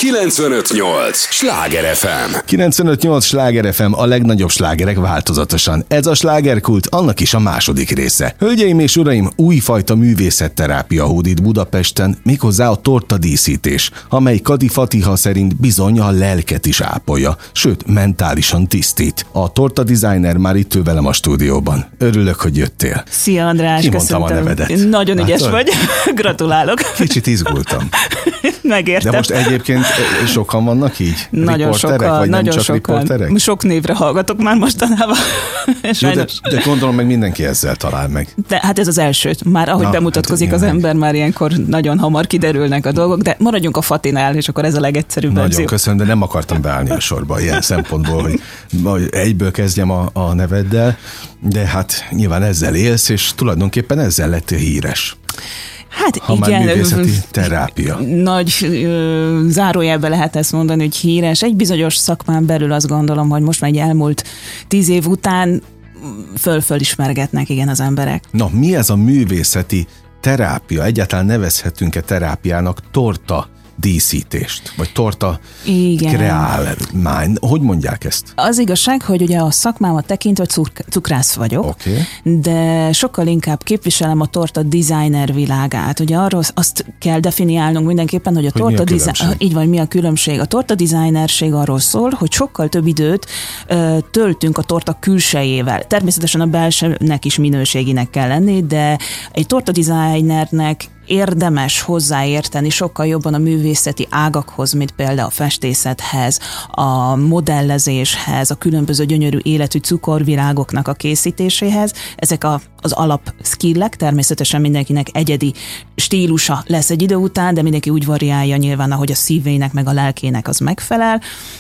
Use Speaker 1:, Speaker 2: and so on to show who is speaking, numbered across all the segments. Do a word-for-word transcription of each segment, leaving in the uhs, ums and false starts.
Speaker 1: kilencvenöt nyolc Sláger ef em.
Speaker 2: kilencvenöt nyolc Sláger ef em, a legnagyobb slágerek változatosan. Ez a slágerkult, annak is a második része. Hölgyeim és uraim, újfajta művészetterápia hódít Budapesten, méghozzá a tortadíszítés, amely Kati Fatiha szerint bizony a lelket is ápolja, sőt, mentálisan tisztít. A tortadesigner már itt ül velem a stúdióban. Örülök, hogy jöttél.
Speaker 3: Szia András,
Speaker 2: Kimondtam
Speaker 3: köszöntöm.
Speaker 2: a nevedet.
Speaker 3: Nagyon ügyes
Speaker 2: Látod?
Speaker 3: vagy. Gratulálok.
Speaker 2: Kicsit izgultam.
Speaker 3: Megértem.
Speaker 2: De most egyébként sokan vannak így?
Speaker 3: Nagyon
Speaker 2: riporterek,
Speaker 3: sokan,
Speaker 2: vagy
Speaker 3: nagyon
Speaker 2: nem csak
Speaker 3: sokan.
Speaker 2: riporterek?
Speaker 3: Sok névre hallgatok már mostanában.
Speaker 2: Jó, de, de gondolom meg mindenki ezzel talál meg.
Speaker 3: De hát ez az első. Már ahogy
Speaker 2: Na,
Speaker 3: bemutatkozik
Speaker 2: hát
Speaker 3: az
Speaker 2: igen,
Speaker 3: ember, már ilyenkor nagyon hamar kiderülnek a dolgok, de maradjunk a Fatinál, és akkor ez a legegyszerűbb
Speaker 2: Nagyon
Speaker 3: verzió.
Speaker 2: köszönöm, de nem akartam beállni a sorba ilyen szempontból, hogy, hogy egyből kezdjem a, a neveddel, de hát nyilván ezzel élsz, és tulajdonképpen ezzel lettél híres.
Speaker 3: Hát
Speaker 2: ha
Speaker 3: igen,
Speaker 2: már művészeti terápia.
Speaker 3: Nagy ö, zárójelbe lehet ezt mondani, hogy híres. Egy bizonyos szakmán belül azt gondolom, hogy most már egy elmúlt tíz év után föl-föl ismergetnek igen az emberek.
Speaker 2: Na, mi ez a művészeti terápia? Egyáltalán nevezhetünk-e terápiának torta díszítést, vagy torta
Speaker 3: Igen.
Speaker 2: kreálmány. Hogy mondják ezt?
Speaker 3: Az igazság, hogy ugye a szakmámat tekintve cuk- cukrász vagyok,
Speaker 2: Okay.
Speaker 3: de sokkal inkább képviselem a torta designer világát. Ugye arról azt kell definiálnunk mindenképpen, hogy a
Speaker 2: Hogy
Speaker 3: torta
Speaker 2: mi a
Speaker 3: design...
Speaker 2: különbség?
Speaker 3: Így van, mi a különbség. A torta designerség arról szól, hogy sokkal több időt ö, töltünk a torta külsejével. Természetesen a belsőnek is minőséginek kell lenni, de egy torta designernek érdemes hozzáérteni sokkal jobban a művészeti ágakhoz, mint például a festészethez, a modellezéshez, a különböző gyönyörű életű cukorvilágoknak a készítéséhez. Ezek a, az alap skillek, természetesen mindenkinek egyedi stílusa lesz egy idő után, de mindenki úgy variálja nyilván, ahogy a szívének meg a lelkének az megfelel.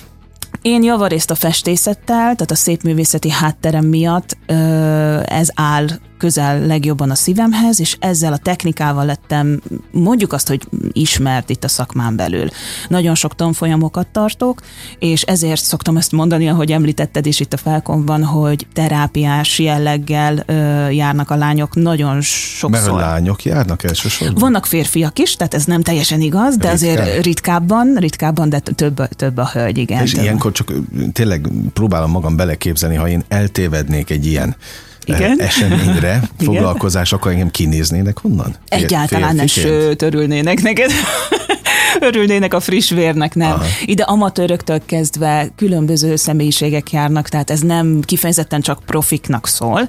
Speaker 3: Én javarészt a festészettel, tehát a szépművészeti hátterem miatt ö, ez áll közel legjobban a szívemhez, és ezzel a technikával lettem, mondjuk azt, hogy ismert itt a szakmán belül. Nagyon sok tanfolyamokat tartok, és ezért szoktam ezt mondani, ahogy említetted is itt a Felkonban, hogy terápiás jelleggel ö, járnak a lányok nagyon sokszor.
Speaker 2: Mert a lányok járnak elsősorban?
Speaker 3: Vannak férfiak is, tehát ez nem teljesen igaz, de
Speaker 2: Ritkán.
Speaker 3: azért ritkábban, ritkábban, de több, több a hölgy, igen.
Speaker 2: És
Speaker 3: több.
Speaker 2: ilyenkor csak tényleg próbálom magam beleképzelni, ha én eltévednék egy ilyen
Speaker 3: Igen.
Speaker 2: eseményre, foglalkozás, akkor engem kinéznének honnan?
Speaker 3: Egyáltalán ne, sőt, örülnének neked. Örülnének a friss vérnek, nem. Aha. Ide amatőröktől kezdve különböző személyiségek járnak, tehát ez nem kifejezetten csak profiknak szól.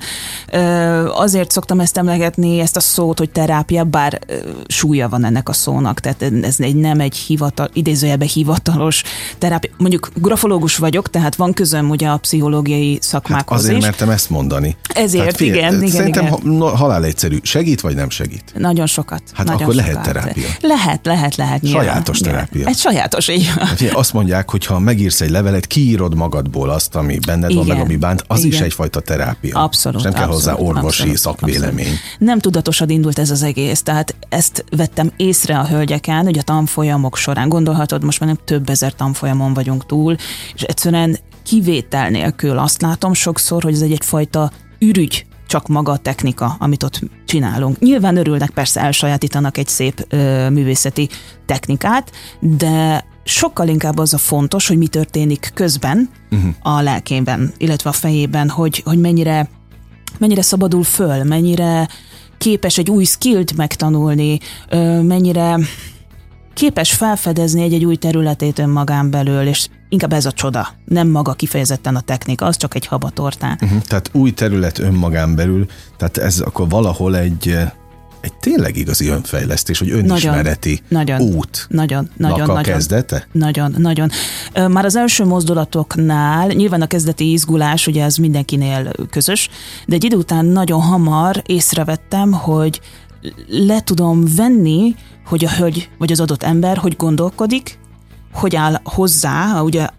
Speaker 3: Azért szoktam ezt emlegetni, ezt a szót, hogy terápia, bár súlya van ennek a szónak, tehát ez egy, nem egy hivatal, idézőjelben hivatalos terápia. Mondjuk grafológus vagyok, tehát van közöm ugye a pszichológiai szakmákhoz
Speaker 2: hát azért
Speaker 3: is.
Speaker 2: mertem ezt mondani.
Speaker 3: Ezért,
Speaker 2: hát figyelj,
Speaker 3: igen, igen.
Speaker 2: Szerintem
Speaker 3: igen.
Speaker 2: Ha, halál egyszerű. Segít vagy nem segít?
Speaker 3: Nagyon sokat.
Speaker 2: Hát
Speaker 3: nagyon
Speaker 2: akkor
Speaker 3: sokat.
Speaker 2: lehet terápia.
Speaker 3: Lehet, lehet, lehet. Nyilván.
Speaker 2: Sajátos terápia.
Speaker 3: Egy sajátos, így van.
Speaker 2: Hát, azt mondják, hogy ha megírsz egy levelet, kiírod magadból azt, ami benned
Speaker 3: Igen.
Speaker 2: van, meg ami bánt, az
Speaker 3: Igen.
Speaker 2: is egyfajta terápia.
Speaker 3: Abszolút.
Speaker 2: És nem kell
Speaker 3: abszolút,
Speaker 2: hozzá orvosi
Speaker 3: abszolút,
Speaker 2: szakvélemény.
Speaker 3: Abszolút. Nem tudatosan indult ez az egész, tehát ezt vettem észre a hölgyeken, hogy a tanfolyamok során, gondolhatod, most már nem több ezer tanfolyamon vagyunk túl, és egyszerűen kivétel nélkül azt látom sokszor, hogy ez egy egyfajta ürügy, csak maga a technika, amit ott csinálunk. Nyilván örülnek, persze elsajátítanak egy szép ö, művészeti technikát, de sokkal inkább az a fontos, hogy mi történik közben uh-huh. a lelkében, illetve a fejében, hogy, hogy mennyire, mennyire szabadul föl, mennyire képes egy új skillt megtanulni, ö, mennyire képes felfedezni egy-egy új területét önmagán belül, és inkább ez a csoda, nem maga kifejezetten a technika, az csak egy habatortán.
Speaker 2: Uh-huh. Tehát új terület önmagán belül, tehát ez akkor valahol egy, egy tényleg igazi önfejlesztés, hogy önismereti
Speaker 3: nagyon,
Speaker 2: út.
Speaker 3: Nagyon, nagyon,
Speaker 2: a
Speaker 3: nagyon.
Speaker 2: kezdete?
Speaker 3: Nagyon, nagyon. Már az első mozdulatoknál, nyilván a kezdeti izgulás, ugye ez mindenkinél közös, de egy idő után nagyon hamar észrevettem, hogy le tudom venni, hogy a hölgy, vagy az adott ember, hogy gondolkodik, hogy áll hozzá, ugye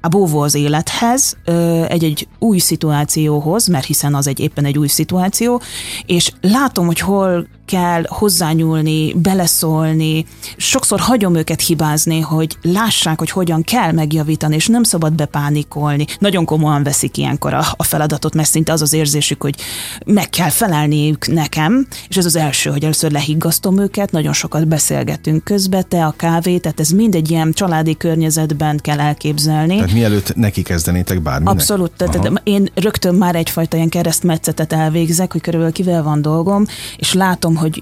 Speaker 3: a bóvó az élethez, egy-egy új szituációhoz, mert hiszen az egy éppen egy új szituáció, és látom, hogy hol kell hozzányúlni, beleszólni. Sokszor hagyom őket hibázni, hogy lássák, hogy hogyan kell megjavítani, és nem szabad bepánikolni. Nagyon komolyan veszik ilyenkor a, a feladatot, mert szinte az az érzésük, hogy meg kell felelniük nekem, és ez az első, hogy először lehiggasztom őket, nagyon sokat beszélgetünk közben, te a kávé, tehát ez mind egy ilyen családi környezetben kell elképzelni.
Speaker 2: Tehát mielőtt neki kezdenétek bárminek?
Speaker 3: Abszolút, tehát én rögtön már egyfajta ilyen keresztmetszetet elvégzek, hogy körülbelül kivel van dolgom, és látom, hogy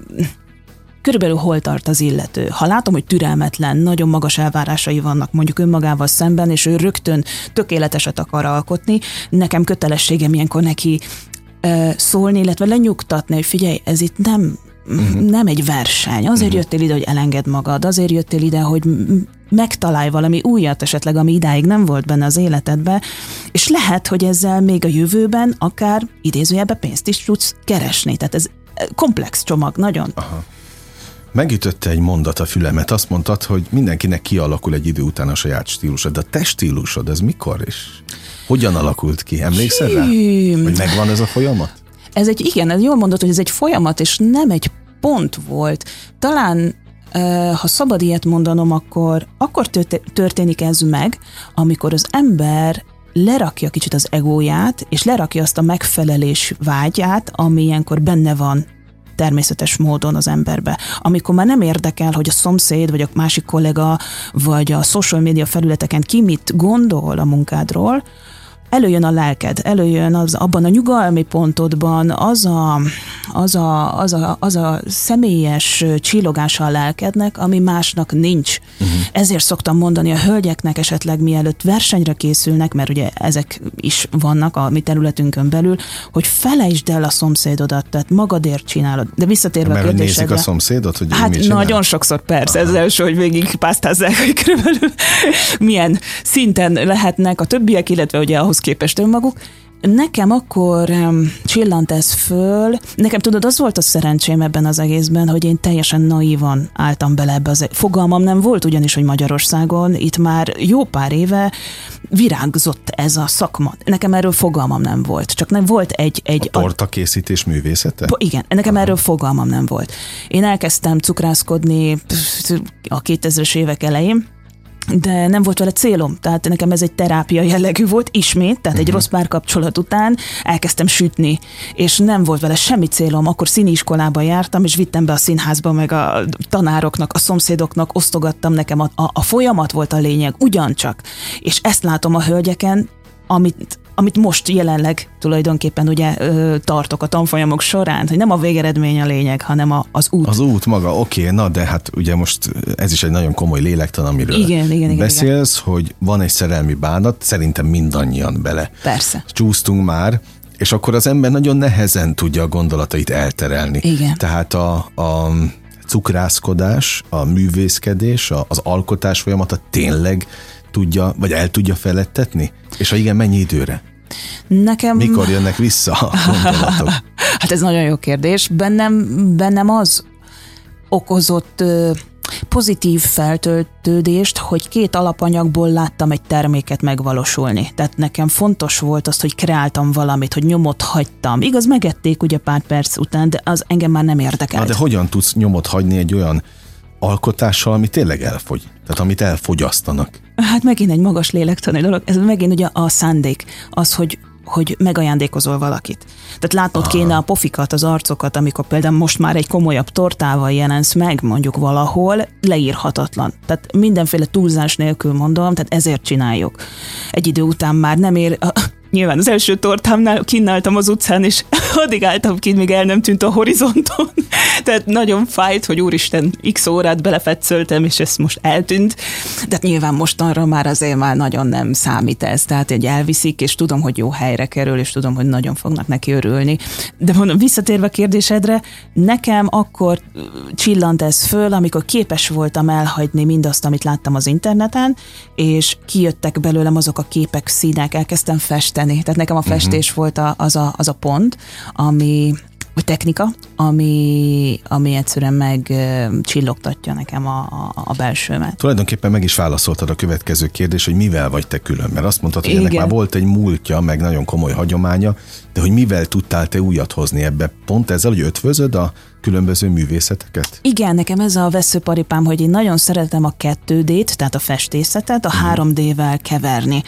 Speaker 3: körülbelül hol tart az illető. Ha látom, hogy türelmetlen, nagyon magas elvárásai vannak mondjuk önmagával szemben, és ő rögtön tökéleteset akar alkotni, nekem kötelességem ilyenkor neki ö, szólni, illetve lenyugtatni, hogy figyelj, ez itt nem, uh-huh. nem egy verseny. Azért uh-huh. jöttél ide, hogy elengedd magad, azért jöttél ide, hogy megtalálj valami újat esetleg, ami idáig nem volt benne az életedbe, és lehet, hogy ezzel még a jövőben akár idézőjelben pénzt is tudsz keresni. Tehát ez komplex csomag, nagyon.
Speaker 2: Aha. Megütötte egy mondat a fülemet, azt mondtad, hogy mindenkinek kialakul egy idő után a saját stílusod, de a te stílusod, ez mikor és hogyan alakult ki? Emlékszel rá? Hogy megvan ez a folyamat?
Speaker 3: Ez egy, igen, ez jól mondod, hogy ez egy folyamat, és nem egy pont volt. Talán, ha szabad ilyet mondanom, akkor, akkor történik ez meg, amikor az ember lerakja kicsit az egóját, és lerakja azt a megfelelés vágyát, ami ilyenkor benne van természetes módon az emberbe. Amikor már nem érdekel, hogy a szomszéd, vagy a másik kollega, vagy a social media felületeken ki mit gondol a munkádról, előjön a lelked, előjön az, abban a nyugalmi pontodban az a, az, a, az, a, az a személyes csillogása a lelkednek, ami másnak nincs. Uh-huh. Ezért szoktam mondani a hölgyeknek esetleg mielőtt versenyre készülnek, mert ugye ezek is vannak a mi területünkön belül, hogy felejtsd el a szomszédodat, tehát magadért csinálod. De visszatérve
Speaker 2: mert
Speaker 3: a kérdésedre.
Speaker 2: Mert nézik a szomszédot, hogy
Speaker 3: hát nagyon sokszor persze, ez első, hogy végig pásztázzák, hogy körülbelül milyen szinten lehetnek a többiek, illetve ugye ahhoz képest önmaguk. Nekem akkor um, csillant ez föl. Nekem tudod, az volt a szerencsém ebben az egészben, hogy én teljesen naívan álltam bele ebbe az... Fogalmam nem volt ugyanis, hogy Magyarországon itt már jó pár éve virágzott ez a szakma. Nekem erről fogalmam nem volt. Csak nem volt egy... egy
Speaker 2: a tortakészítés művészete?
Speaker 3: Igen, nekem Aha. erről fogalmam nem volt. Én elkezdtem cukrászkodni a kétezres évek elején, de nem volt vele célom, tehát nekem ez egy terápia jellegű volt, ismét, tehát uh-huh. egy rossz párkapcsolat után elkezdtem sütni, és nem volt vele semmi célom, akkor színiiskolába jártam, és vittem be a színházba, meg a tanároknak, a szomszédoknak, osztogattam, nekem a, a, a folyamat volt a lényeg, ugyancsak, és ezt látom a hölgyeken, amit amit most jelenleg tulajdonképpen ugye ö, tartok a tanfolyamok során, hogy nem a végeredmény a lényeg, hanem a, az út.
Speaker 2: Az út maga, oké, okay, na de hát ugye most ez is egy nagyon komoly lélektan, amiről
Speaker 3: igen, igen,
Speaker 2: beszélsz,
Speaker 3: igen.
Speaker 2: hogy van egy szerelmi bánat, szerintem mindannyian bele.
Speaker 3: Persze.
Speaker 2: Csúsztunk már, és akkor az ember nagyon nehezen tudja a gondolatait elterelni.
Speaker 3: Igen.
Speaker 2: Tehát a, a cukrászkodás, a művészkedés, az alkotás folyamata tényleg tudja, vagy el tudja feledtetni? És ha igen, mennyi időre?
Speaker 3: Nekem...
Speaker 2: Mikor jönnek vissza a gondolatok?
Speaker 3: Hát ez nagyon jó kérdés. Bennem, bennem az okozott ö, pozitív feltöltődést, hogy két alapanyagból láttam egy terméket megvalósulni. Tehát nekem fontos volt az, hogy kreáltam valamit, hogy nyomot hagytam. Igaz, megették ugye pár perc után, de az engem már nem érdekelt.
Speaker 2: Na de hogyan tudsz nyomot hagyni egy olyan alkotással, ami tényleg elfogy? Tehát amit elfogyasztanak?
Speaker 3: Hát megint egy magas lélektani dolog. Ez megint ugye a szándék. Az, hogy hogy megajándékozol valakit. Tehát látnod Aha. kéne a pofikat, az arcokat, amikor például most már egy komolyabb tortával jelensz meg, mondjuk valahol, leírhatatlan. Tehát mindenféle túlzás nélkül mondom, tehát ezért csináljuk. Egy idő után már nem ér... Nyilván az első tortámnál kinnáltam az utcán, és addig álltam ki, míg el nem tűnt a horizonton. Tehát nagyon fájt, hogy úristen, x órát belefetszöltem, és ez most eltűnt. De nyilván mostanra már azért már nagyon nem számít ez. Tehát egy elviszik, és tudom, hogy jó helyre kerül, és tudom, hogy nagyon fognak neki örülni. De mondom, visszatérve a kérdésedre, nekem akkor csillant ez föl, amikor képes voltam elhagyni mindazt, amit láttam az interneten, és kijöttek belőlem azok a képek, színek, elkezdtem festeni. Tehát nekem a festés uh-huh. volt a, az, a, az a pont, ami, vagy technika, ami, ami egyszerűen meg csillogtatja nekem a, a, a belsőmet.
Speaker 2: Tulajdonképpen meg is válaszoltad a következő kérdés, hogy mivel vagy te külön, mert azt mondtad, hogy
Speaker 3: Igen.
Speaker 2: ennek már volt egy múltja, meg nagyon komoly hagyománya, de hogy mivel tudtál te újat hozni ebbe? Pont ezzel, hogy ötvözöd a különböző művészeteket?
Speaker 3: Igen, nekem ez a veszőparipám, hogy én nagyon szeretem a kettő dét, tehát a festészetet a három dé-vel keverni.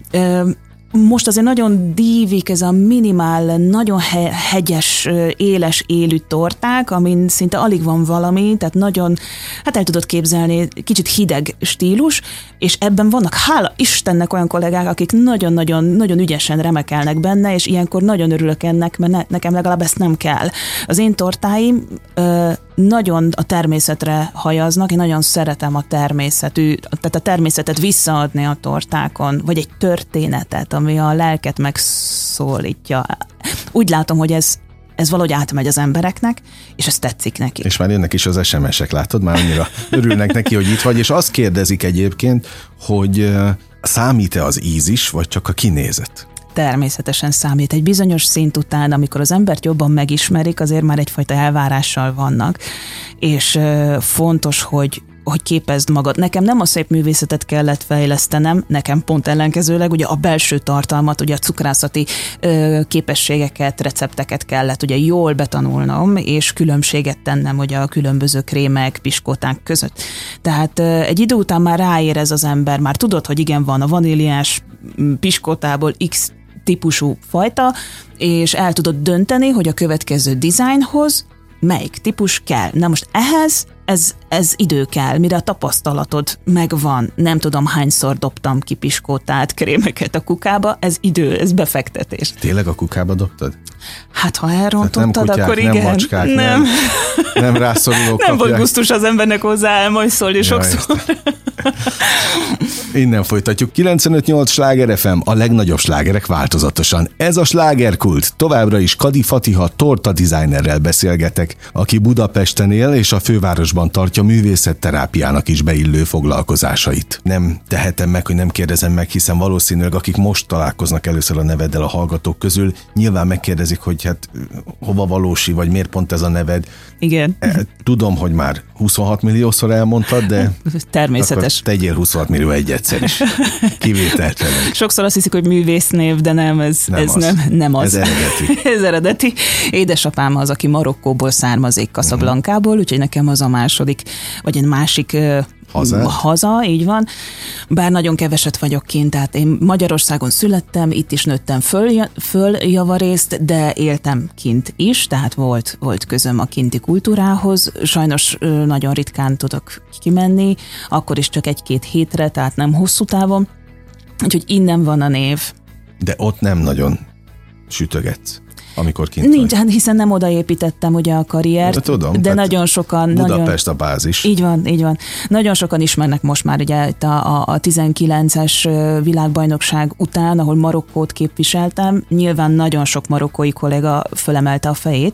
Speaker 3: Ö, Most azért nagyon dívik ez a minimál, nagyon he- hegyes, éles élű torták, amin szinte alig van valami, tehát nagyon, hát el tudod képzelni, kicsit hideg stílus, és ebben vannak, hála Istennek, olyan kollégák, akik nagyon-nagyon nagyon ügyesen remekelnek benne, és ilyenkor nagyon örülök ennek, mert ne, nekem legalább ezt nem kell. Az én tortáim ö, nagyon a természetre hajaznak, én nagyon szeretem a természetű, tehát a természetet visszaadni a tortákon, vagy egy történetet, ami a lelket megszólítja. Úgy látom, hogy ez, ez valahogy átmegy az embereknek, és ez tetszik neki.
Speaker 2: És már jönnek is az es em es-ek, látod? Már annyira örülnek neki, hogy itt vagy, és azt kérdezik egyébként, hogy számít-e az íz is, vagy csak a kinézet?
Speaker 3: Természetesen számít. Egy bizonyos szint után, amikor az embert jobban megismerik, azért már egyfajta elvárással vannak, és fontos, hogy hogy képezd magad. Nekem nem a szép művészetet kellett fejlesztenem, nekem pont ellenkezőleg ugye a belső tartalmat, ugye a cukrászati ö, képességeket, recepteket kellett ugye jól betanulnom, és különbséget tennem ugye a különböző krémek, piskóták között. Tehát ö, egy idő után már ráérez az ember, már tudod, hogy igen, van a vaníliás piskótából X típusú fajta, és el tudod dönteni, hogy a következő dizájnhoz melyik típus kell. Na most ehhez ez, ez idő kell, mire a tapasztalatod megvan. Nem tudom, hányszor dobtam ki piskótát, krémeket a kukába, ez idő, ez befektetés.
Speaker 2: Tényleg a kukába dobtad?
Speaker 3: Hát ha elrontottad,
Speaker 2: hát nem kutyák,
Speaker 3: akkor igen.
Speaker 2: Nem macskák, nem, nem, nem rászorulók
Speaker 3: Nem
Speaker 2: kapják.
Speaker 3: volt gusztus az embernek hozzá elmajszolni sokszor.
Speaker 2: Innen folytatjuk. kilencvenöt nyolc Sláger ef em, a legnagyobb slágerek változatosan. Ez a slágerkult. Továbbra is Kadi Fatiha torta designerrel beszélgetek, aki Budapesten él és a fővárosban tartja művészetterápiának is beillő foglalkozásait. Nem tehetem meg, hogy nem kérdezem meg, hiszen valószínűleg akik most találkoznak először a neveddel a hallgatók közül, nyilván megkérdezik, hogy hát hova valósi, vagy miért pont ez a neved.
Speaker 3: Igen.
Speaker 2: Tudom, hogy már huszonhat milliószor elmondtad, de
Speaker 3: természetes.
Speaker 2: Tegyél huszonhat millió egy egyszer is. Kivételtelen.
Speaker 3: Sokszor azt hiszik, hogy művésznév, de nem, ez,
Speaker 2: nem,
Speaker 3: ez
Speaker 2: az.
Speaker 3: nem, nem az.
Speaker 2: Ez eredeti.
Speaker 3: ez eredeti. Édesapám az, aki Marokkóból származik, Casablanca-ból, úgyhogy nekem az a második, vagy egy másik
Speaker 2: Haza?
Speaker 3: haza, így van. Bár nagyon keveset vagyok kint, tehát én Magyarországon születtem, itt is nőttem föl, föl javarészt, de éltem kint is, tehát volt, volt közöm a kinti kultúrához. Sajnos nagyon ritkán tudok kimenni, akkor is csak egy-két hétre, tehát nem hosszú távon. Úgyhogy innen van a név.
Speaker 2: De ott nem nagyon sütögetsz, amikor kint
Speaker 3: Nincs,
Speaker 2: vagy.
Speaker 3: hát hiszen nem odaépítettem ugye a karriert,
Speaker 2: de, tudom,
Speaker 3: de nagyon sokan...
Speaker 2: Budapest
Speaker 3: nagyon,
Speaker 2: a bázis.
Speaker 3: Így van, így van. Nagyon sokan ismernek most már ugye itt a, a tizenkilences világbajnokság után, ahol Marokkót képviseltem, nyilván nagyon sok marokkói kolléga fölemelte a fejét,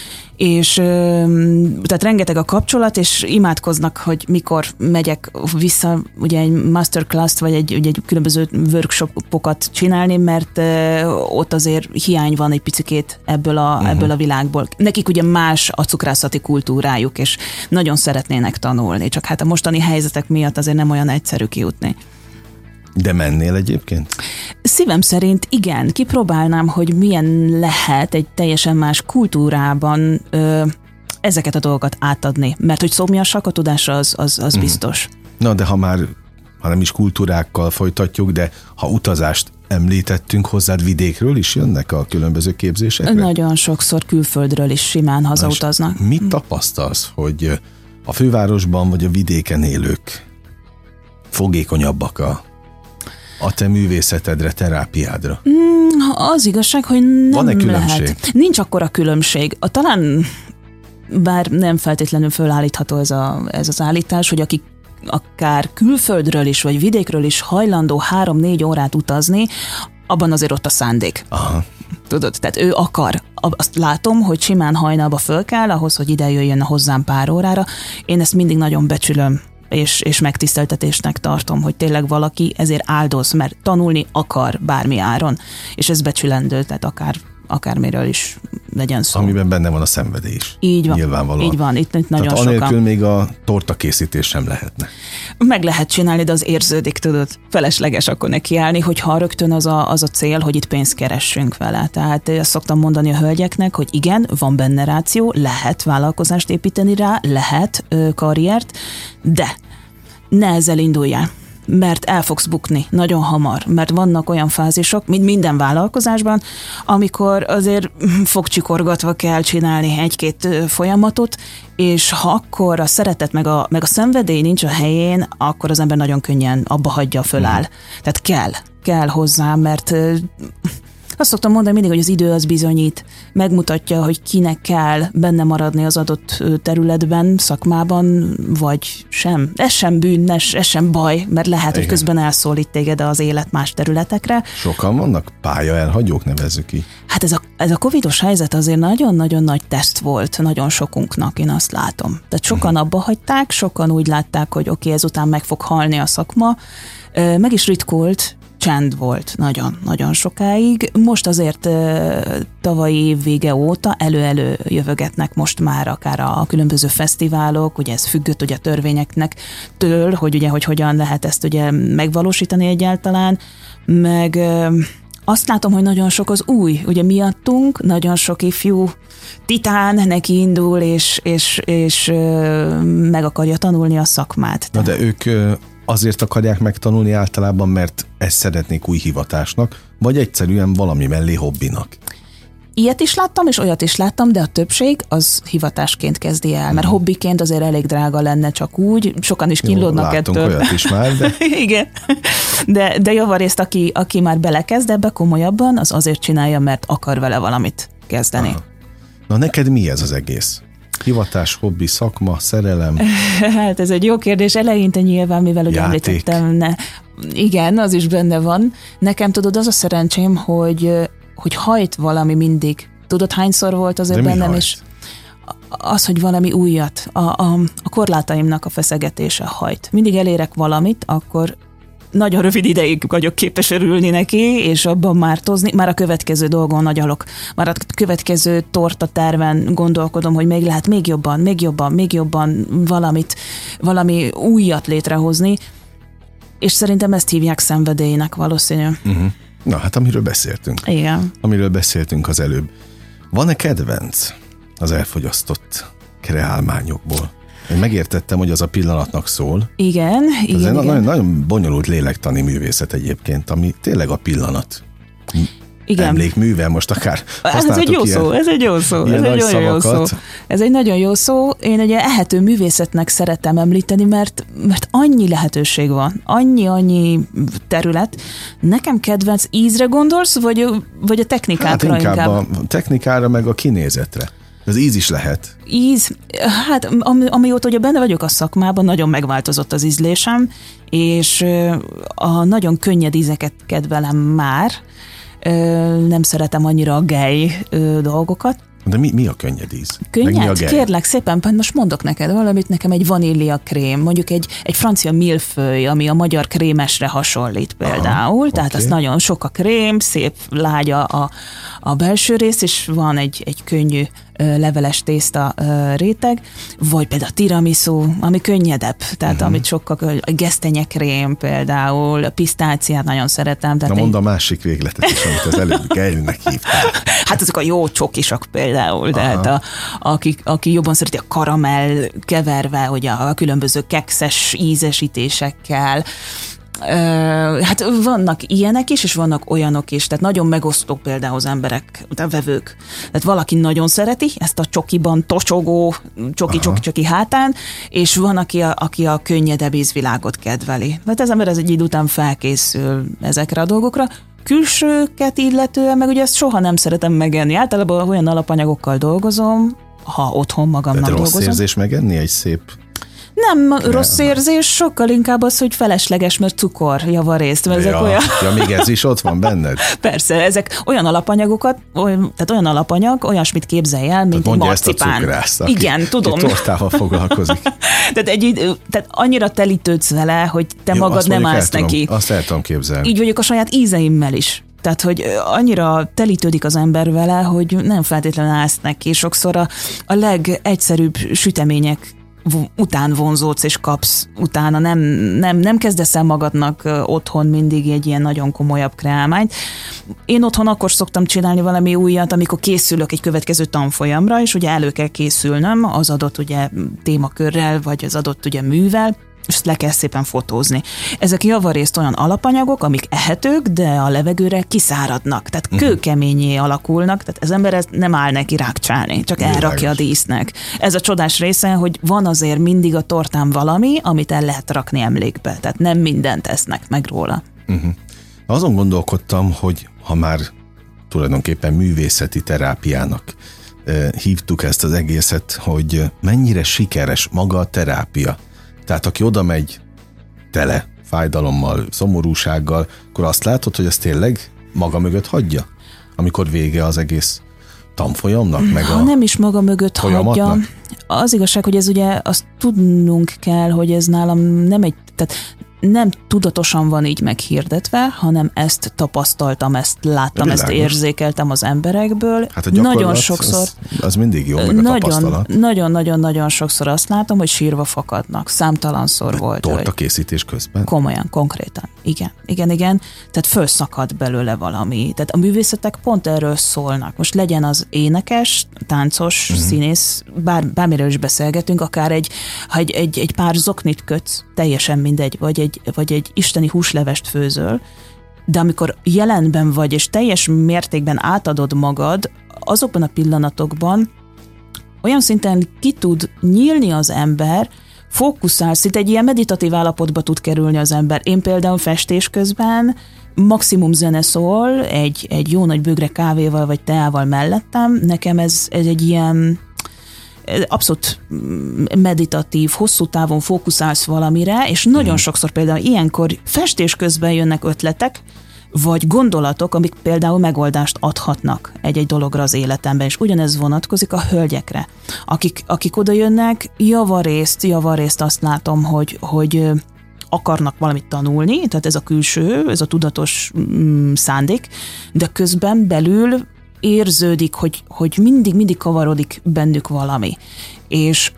Speaker 3: és tehát rengeteg a kapcsolat, és imádkoznak, hogy mikor megyek vissza ugye egy masterclass-t, vagy egy, egy különböző workshopokat csinálni, mert ott azért hiány van egy picikét ebből a, uh-huh. ebből a világból. Nekik ugye más a cukrászati kultúrájuk, és nagyon szeretnének tanulni, csak hát a mostani helyzetek miatt azért nem olyan egyszerű kijutni.
Speaker 2: De mennél egyébként?
Speaker 3: Szívem szerint igen, kipróbálnám, hogy milyen lehet egy teljesen más kultúrában ö, ezeket a dolgokat átadni, mert hogy szomjasak a tudásra, az, az, az mm. biztos.
Speaker 2: Na, de ha már, ha nem is kultúrákkal folytatjuk, de ha utazást említettünk, hozzád vidékről is jönnek a különböző képzésekre?
Speaker 3: Nagyon sokszor külföldről is simán hazautaznak.
Speaker 2: Mit tapasztalsz, hogy a fővárosban vagy a vidéken élők fogékonyabbak a a te művészetedre, terápiádra?
Speaker 3: Mm, az igazság, hogy nem
Speaker 2: Van-e különbség?
Speaker 3: lehet. Nincs akkora különbség. A, talán, bár nem feltétlenül fölállítható ez, a, ez az állítás, hogy akik akár külföldről is, vagy vidékről is hajlandó három-négy órát utazni, abban azért ott a szándék.
Speaker 2: Aha.
Speaker 3: Tudod, tehát ő akar. Azt látom, hogy simán hajnalba föl kell, ahhoz, hogy ide jöjjön hozzám pár órára. Én ezt mindig nagyon becsülöm. És, és megtiszteltetésnek tartom, hogy tényleg valaki ezért áldoz, mert tanulni akar bármi áron, és ez becsülendő, tehát akár akármiről is legyen szó.
Speaker 2: Amiben benne van a szenvedély is.
Speaker 3: Így van.
Speaker 2: Nyilvánvalóan.
Speaker 3: Így van, itt, itt nagyon
Speaker 2: Tehát
Speaker 3: sokan.
Speaker 2: anélkül még a torta készítés sem lehetne.
Speaker 3: Meg lehet csinálni, de az érződik, tudod. Felesleges akkor nekiállni, hogyha rögtön az a, az a cél, hogy itt pénzt keressünk vele. Tehát azt szoktam mondani a hölgyeknek, hogy igen, van benne ráció, lehet vállalkozást építeni rá, lehet ö, karriert, de ne ezzel induljál, mert el fogsz bukni nagyon hamar, mert vannak olyan fázisok, mint minden vállalkozásban, amikor azért fogcsikorgatva kell csinálni egy-két folyamatot, és ha akkor a szeretet meg a, meg a szenvedély nincs a helyén, akkor az ember nagyon könnyen abba hagyja, föláll. Mm. Tehát kell, kell hozzá, mert azt szoktam mondani mindig, hogy az idő az bizonyít, megmutatja, hogy kinek kell benne maradni az adott területben, szakmában, vagy sem. Ez sem bűn, ez sem baj, mert lehet, igen, hogy közben elszólít téged az élet más területekre.
Speaker 2: Sokan vannak pálya elhagyók, nevezzük ki.
Speaker 3: Hát ez a, ez a covidos helyzet azért nagyon-nagyon nagy teszt volt nagyon sokunknak, én azt látom. Tehát sokan uh-huh. abba hagyták, sokan úgy látták, hogy oké, okay, ezután meg fog halni a szakma. Meg is ritkult, csend volt nagyon-nagyon sokáig. Most azért tavalyi év vége óta elő-elő jövögetnek most már akár a különböző fesztiválok, ugye ez függött ugye a törvényeknek től, hogy ugye, hogy hogyan lehet ezt ugye megvalósítani egyáltalán, meg azt látom, hogy nagyon sok az új, ugye miattunk, nagyon sok ifjú titán neki indul, és, és, és meg akarja tanulni a szakmát.
Speaker 2: Na de ők azért akarják megtanulni általában, mert ezt szeretnék új hivatásnak, vagy egyszerűen valami mellé hobbinak?
Speaker 3: Ilyet is láttam, és olyat is láttam, de a többség az hivatásként kezdi el, mert hobbiként azért elég drága lenne csak úgy, sokan is kínlódnak ettől.
Speaker 2: Látunk olyat is már, de...
Speaker 3: Igen, de, de javarészt, aki, aki már belekezd ebbe komolyabban, az azért csinálja, mert akar vele valamit kezdeni.
Speaker 2: Aha. Na neked mi ez az egész? Hivatás, hobbi, szakma, szerelem?
Speaker 3: Hát ez egy jó kérdés. Eleinte nyilván, mivel ugye említettem, ne. Igen, az is benne van. Nekem tudod, az a szerencsém, hogy, hogy hajt valami mindig. Tudod, hányszor volt azért bennem is? Az, hogy valami újat, a, a, a korlátaimnak a feszegetése hajt. Mindig elérek valamit, akkor nagyon rövid ideig vagyok képes örülni neki, és abban mártozni, már a következő dolgon agyalok. Már a következő tortaterven gondolkodom, hogy még lehet még jobban, még jobban, még jobban valamit, valami újat létrehozni, és szerintem ezt hívják szenvedélynek valószínű.
Speaker 2: Uh-huh. Na hát amiről beszéltünk.
Speaker 3: Igen.
Speaker 2: Amiről beszéltünk az előbb. Van-e kedvenc az elfogyasztott kreálmányokból? Én megértettem, hogy az a pillanatnak szól.
Speaker 3: Igen,
Speaker 2: ez
Speaker 3: igen,
Speaker 2: egy
Speaker 3: igen.
Speaker 2: Nagyon, nagyon bonyolult lélektani művészet egyébként, ami tényleg a pillanat. Igen. Emlékműve, most akár
Speaker 3: ez egy jó szó, ez egy jó szó, ez egy nagyon jó szó. Ez egy nagyon jó szó. Én ugye ehető művészetnek szeretem említeni, mert, mert annyi lehetőség van, annyi-annyi terület. Nekem kedvenc ízre gondolsz, vagy, vagy a technikákra
Speaker 2: hát inkább?
Speaker 3: inkább?
Speaker 2: a technikára, meg a kinézetre. Az íz is lehet.
Speaker 3: Íz, hát ami, amióta ugye benne vagyok a szakmában, nagyon megváltozott az ízlésem, és a nagyon könnyed ízeket kedvelem már, nem szeretem annyira a gely dolgokat.
Speaker 2: De mi, mi a könnyed íz?
Speaker 3: Könnyed? Kérlek szépen, most mondok neked valamit, nekem egy vanília krém, mondjuk egy, egy francia millefeuille, ami a magyar krémesre hasonlít például, aha, tehát okay. Az nagyon sok a krém, szép lágya a, a belső rész, és van egy, egy könnyű leveles tészta réteg, vagy például a tiramisu, ami könnyedebb, tehát uh-huh. amit sokkal, a gesztenyekrém például, a pisztáciát nagyon szeretem. Tehát
Speaker 2: na mondd a másik végletet is, amit az előbb gelynek hívtál.
Speaker 3: Hát ezek a jó csokisak például, tehát a, aki, aki jobban szereti a karamell keverve, hogy a, a különböző kekszes ízesítésekkel. Hát vannak ilyenek is, és vannak olyanok is, tehát nagyon megosztó például az emberek, a vevők. Tehát valaki nagyon szereti ezt a csokiban tocsogó csoki-csoki-csoki hátán, és van, aki a, aki a könnyedebb ízvilágot kedveli. Tehát az ember ez egy idő után felkészül ezekre a dolgokra. Külsőket illetően, meg ugye ezt soha nem szeretem megenni. Általában olyan alapanyagokkal dolgozom, ha otthon magamnak
Speaker 2: de
Speaker 3: dolgozom.
Speaker 2: Rossz érzés megenni egy szép...
Speaker 3: Nem Krem. Rossz érzés, sokkal inkább az, hogy felesleges, mert cukor javarészt. Mert
Speaker 2: ja,
Speaker 3: ezek olyan...
Speaker 2: ja, még ez is ott van benned?
Speaker 3: Persze, ezek olyan alapanyagokat, olyan, tehát olyan alapanyag, olyasmit képzelj el, mint egy marcipán.
Speaker 2: Ezt a cukrász, aki,
Speaker 3: igen, tudom.
Speaker 2: Aki tortával foglalkozik.
Speaker 3: tehát, egy, tehát annyira telítődsz vele, hogy te jó, magad nem állsz neki.
Speaker 2: Tudom, azt el tudom képzelni.
Speaker 3: Így vagyok a saját ízeimmel is. Tehát, hogy annyira telítődik az ember vele, hogy nem feltétlenül állsz neki. Sokszor a, a legegyszerűbb sütemények után vonzódsz és kapsz utána, nem, nem, nem kezdesz el magadnak otthon mindig egy ilyen nagyon komolyabb kreálmányt. Én otthon akkor szoktam csinálni valami újat, amikor készülök egy következő tanfolyamra, és ugye elő kell készülnöm az adott ugye témakörrel, vagy az adott ugye művel, és ezt le kell szépen fotózni. Ezek javarészt olyan alapanyagok, amik ehetők, de a levegőre kiszáradnak, tehát uh-huh. kőkeményé alakulnak, tehát az ember ezt nem áll neki rákcsálni, csak Világos. elrakja a dísznek. Ez a csodás része, hogy van azért mindig a tortán valami, amit el lehet rakni emlékbe, tehát nem mindent esznek meg róla.
Speaker 2: Uh-huh. Azon gondolkodtam, hogy ha már tulajdonképpen művészeti terápiának eh, hívtuk ezt az egészet, hogy mennyire sikeres maga a terápia. Tehát aki oda megy tele fájdalommal, szomorúsággal, akkor azt látod, hogy ez tényleg maga mögött hagyja, amikor vége az egész tanfolyamnak, meg
Speaker 3: ha
Speaker 2: a
Speaker 3: nem is maga mögött hagyja. Az igazság, hogy ez ugye azt tudnunk kell, hogy ez nálam nem egy, tehát nem tudatosan van így meghirdetve, hanem ezt tapasztaltam, ezt láttam, ezt érzékeltem az emberekből.
Speaker 2: Hát a gyakorlat,
Speaker 3: nagyon sokszor,
Speaker 2: az, az mindig jó, meg a
Speaker 3: nagyon,
Speaker 2: tapasztalat.
Speaker 3: Nagyon-nagyon-nagyon sokszor azt látom, hogy sírva fakadnak. Számtalanszor
Speaker 2: de
Speaker 3: volt.
Speaker 2: Torta készítés közben?
Speaker 3: Komolyan, konkrétan. Igen, igen, igen. Tehát fölszakad belőle valami. Tehát a művészetek pont erről szólnak. Most legyen az énekes, táncos, uh-huh. színész, bár, bármiről is beszélgetünk, akár egy, ha egy, egy, egy pár zoknit kötsz, teljesen mindegy, vagy egy Egy, vagy egy isteni húslevest főzöl, de amikor jelenben vagy, és teljes mértékben átadod magad, azokban a pillanatokban olyan szinten ki tud nyílni az ember, fókuszál, szinte egy ilyen meditatív állapotba tud kerülni az ember. Én például festés közben maximum zene szól, egy, egy jó nagy bögre kávéval vagy teával mellettem, nekem ez, ez egy ilyen abszolút meditatív, hosszú távon fókuszálsz valamire, és nagyon mm. sokszor például ilyenkor festés közben jönnek ötletek, vagy gondolatok, amik például megoldást adhatnak egy-egy dologra az életemben, és ugyanez vonatkozik a hölgyekre. Akik, akik oda jönnek, javarészt, javarészt azt látom, hogy, hogy akarnak valamit tanulni, tehát ez a külső, ez a tudatos mm, szándék, de közben belül érződik, hogy, hogy mindig, mindig kavarodik bennük valami. És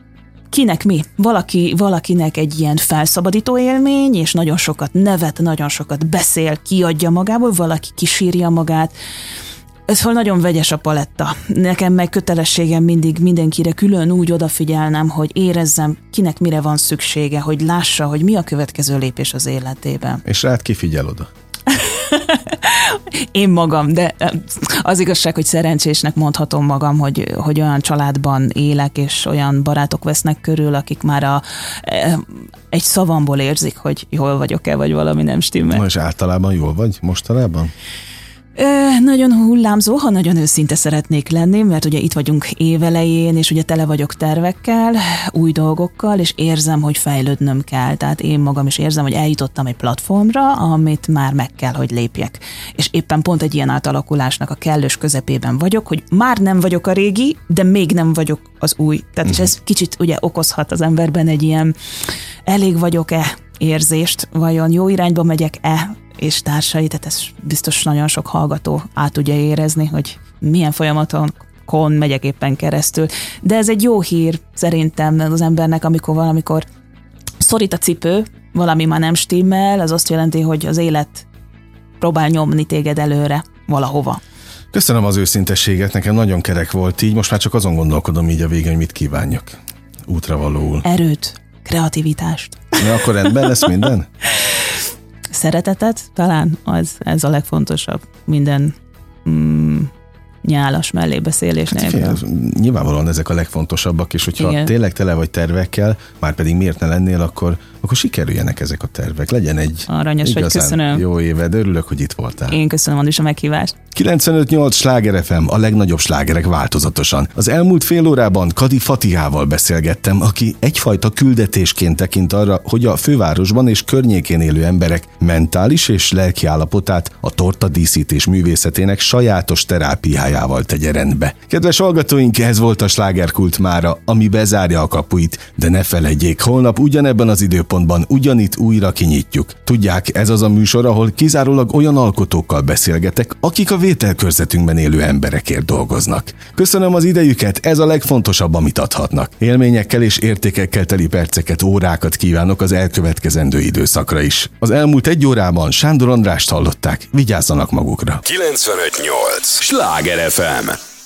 Speaker 3: kinek mi? Valaki, valakinek egy ilyen felszabadító élmény, és nagyon sokat nevet, nagyon sokat beszél, kiadja magából, valaki kisírja magát. Ez hol nagyon vegyes a paletta. Nekem meg kötelességem mindig mindenkire külön úgy odafigyelnem, hogy érezzem, kinek mire van szüksége, hogy lássa, hogy mi a következő lépés az életében.
Speaker 2: És rád kifigyel oda?
Speaker 3: Én magam, de az igazság, hogy szerencsésnek mondhatom magam, hogy, hogy olyan családban élek, és olyan barátok vesznek körül, akik már a, egy szavamból érzik, hogy jól vagyok-e, vagy valami nem stimmel.
Speaker 2: És általában jól vagy mostanában?
Speaker 3: Ö, nagyon hullámzó, ha nagyon őszinte szeretnék lenni, mert ugye itt vagyunk évelején, és ugye tele vagyok tervekkel, új dolgokkal, és érzem, hogy fejlődnöm kell. Tehát én magam is érzem, hogy eljutottam egy platformra, amit már meg kell, hogy lépjek. És éppen pont egy ilyen átalakulásnak a kellős közepében vagyok, hogy már nem vagyok a régi, de még nem vagyok az új. Tehát uh-huh. és ez kicsit ugye okozhat az emberben egy ilyen elég vagyok-e érzést, vajon jó irányba megyek-e, és társai, tehát ez biztos nagyon sok hallgató át tudja érezni, hogy milyen folyamatokon megyek éppen keresztül. De ez egy jó hír szerintem az embernek, amikor valamikor szorít a cipő, valami már nem stimmel, az azt jelenti, hogy az élet próbál nyomni téged előre valahova.
Speaker 2: Köszönöm az őszintességet, nekem nagyon kerek volt így, most már csak azon gondolkodom így a végén, hogy mit kívánjak útravalóul.
Speaker 3: Erőt, kreativitást.
Speaker 2: Na, akkor rendben lesz minden?
Speaker 3: Szeretetet, talán az, ez a legfontosabb minden mm, nyálas mellébeszélés
Speaker 2: hát
Speaker 3: nélkül.
Speaker 2: Fél, nyilvánvalóan ezek a legfontosabbak, és hogyha
Speaker 3: igen.
Speaker 2: tényleg tele vagy tervekkel, már pedig miért ne lennél, akkor, akkor sikerüljenek ezek a tervek. Legyen egy
Speaker 3: aranyos vagy, köszönöm.
Speaker 2: Jó éved, örülök, hogy itt voltál.
Speaker 3: Én köszönöm is a meghívást.
Speaker 2: kilencvenöt nyolc Sláger ef em, a legnagyobb slágerek változatosan. Az elmúlt fél órában Kadi Fatihával beszélgettem, aki egyfajta küldetésként tekint arra, hogy a fővárosban és környékén élő emberek mentális és lelki állapotát a tortadíszítés művészetének sajátos terápiájának magával tegye rendbe. Kedves hallgatóink, ez volt a Slágerkult mára, ami bezárja a kapuit, de ne feledjék, holnap ugyanebben az időpontban ugyanitt újra kinyitjuk. Tudják, ez az a műsor, ahol kizárólag olyan alkotókkal beszélgetek, akik a vételkörzetünkben élő emberekért dolgoznak. Köszönöm az idejüket, ez a legfontosabb, amit adhatnak. Élményekkel és értékekkel teli perceket, órákat kívánok az elkövetkezendő időszakra is. Az elmúlt egy órában Sándor Andrást hallották, vigyázzanak magukra.
Speaker 1: kilencvenöt nyolc Sláger ef em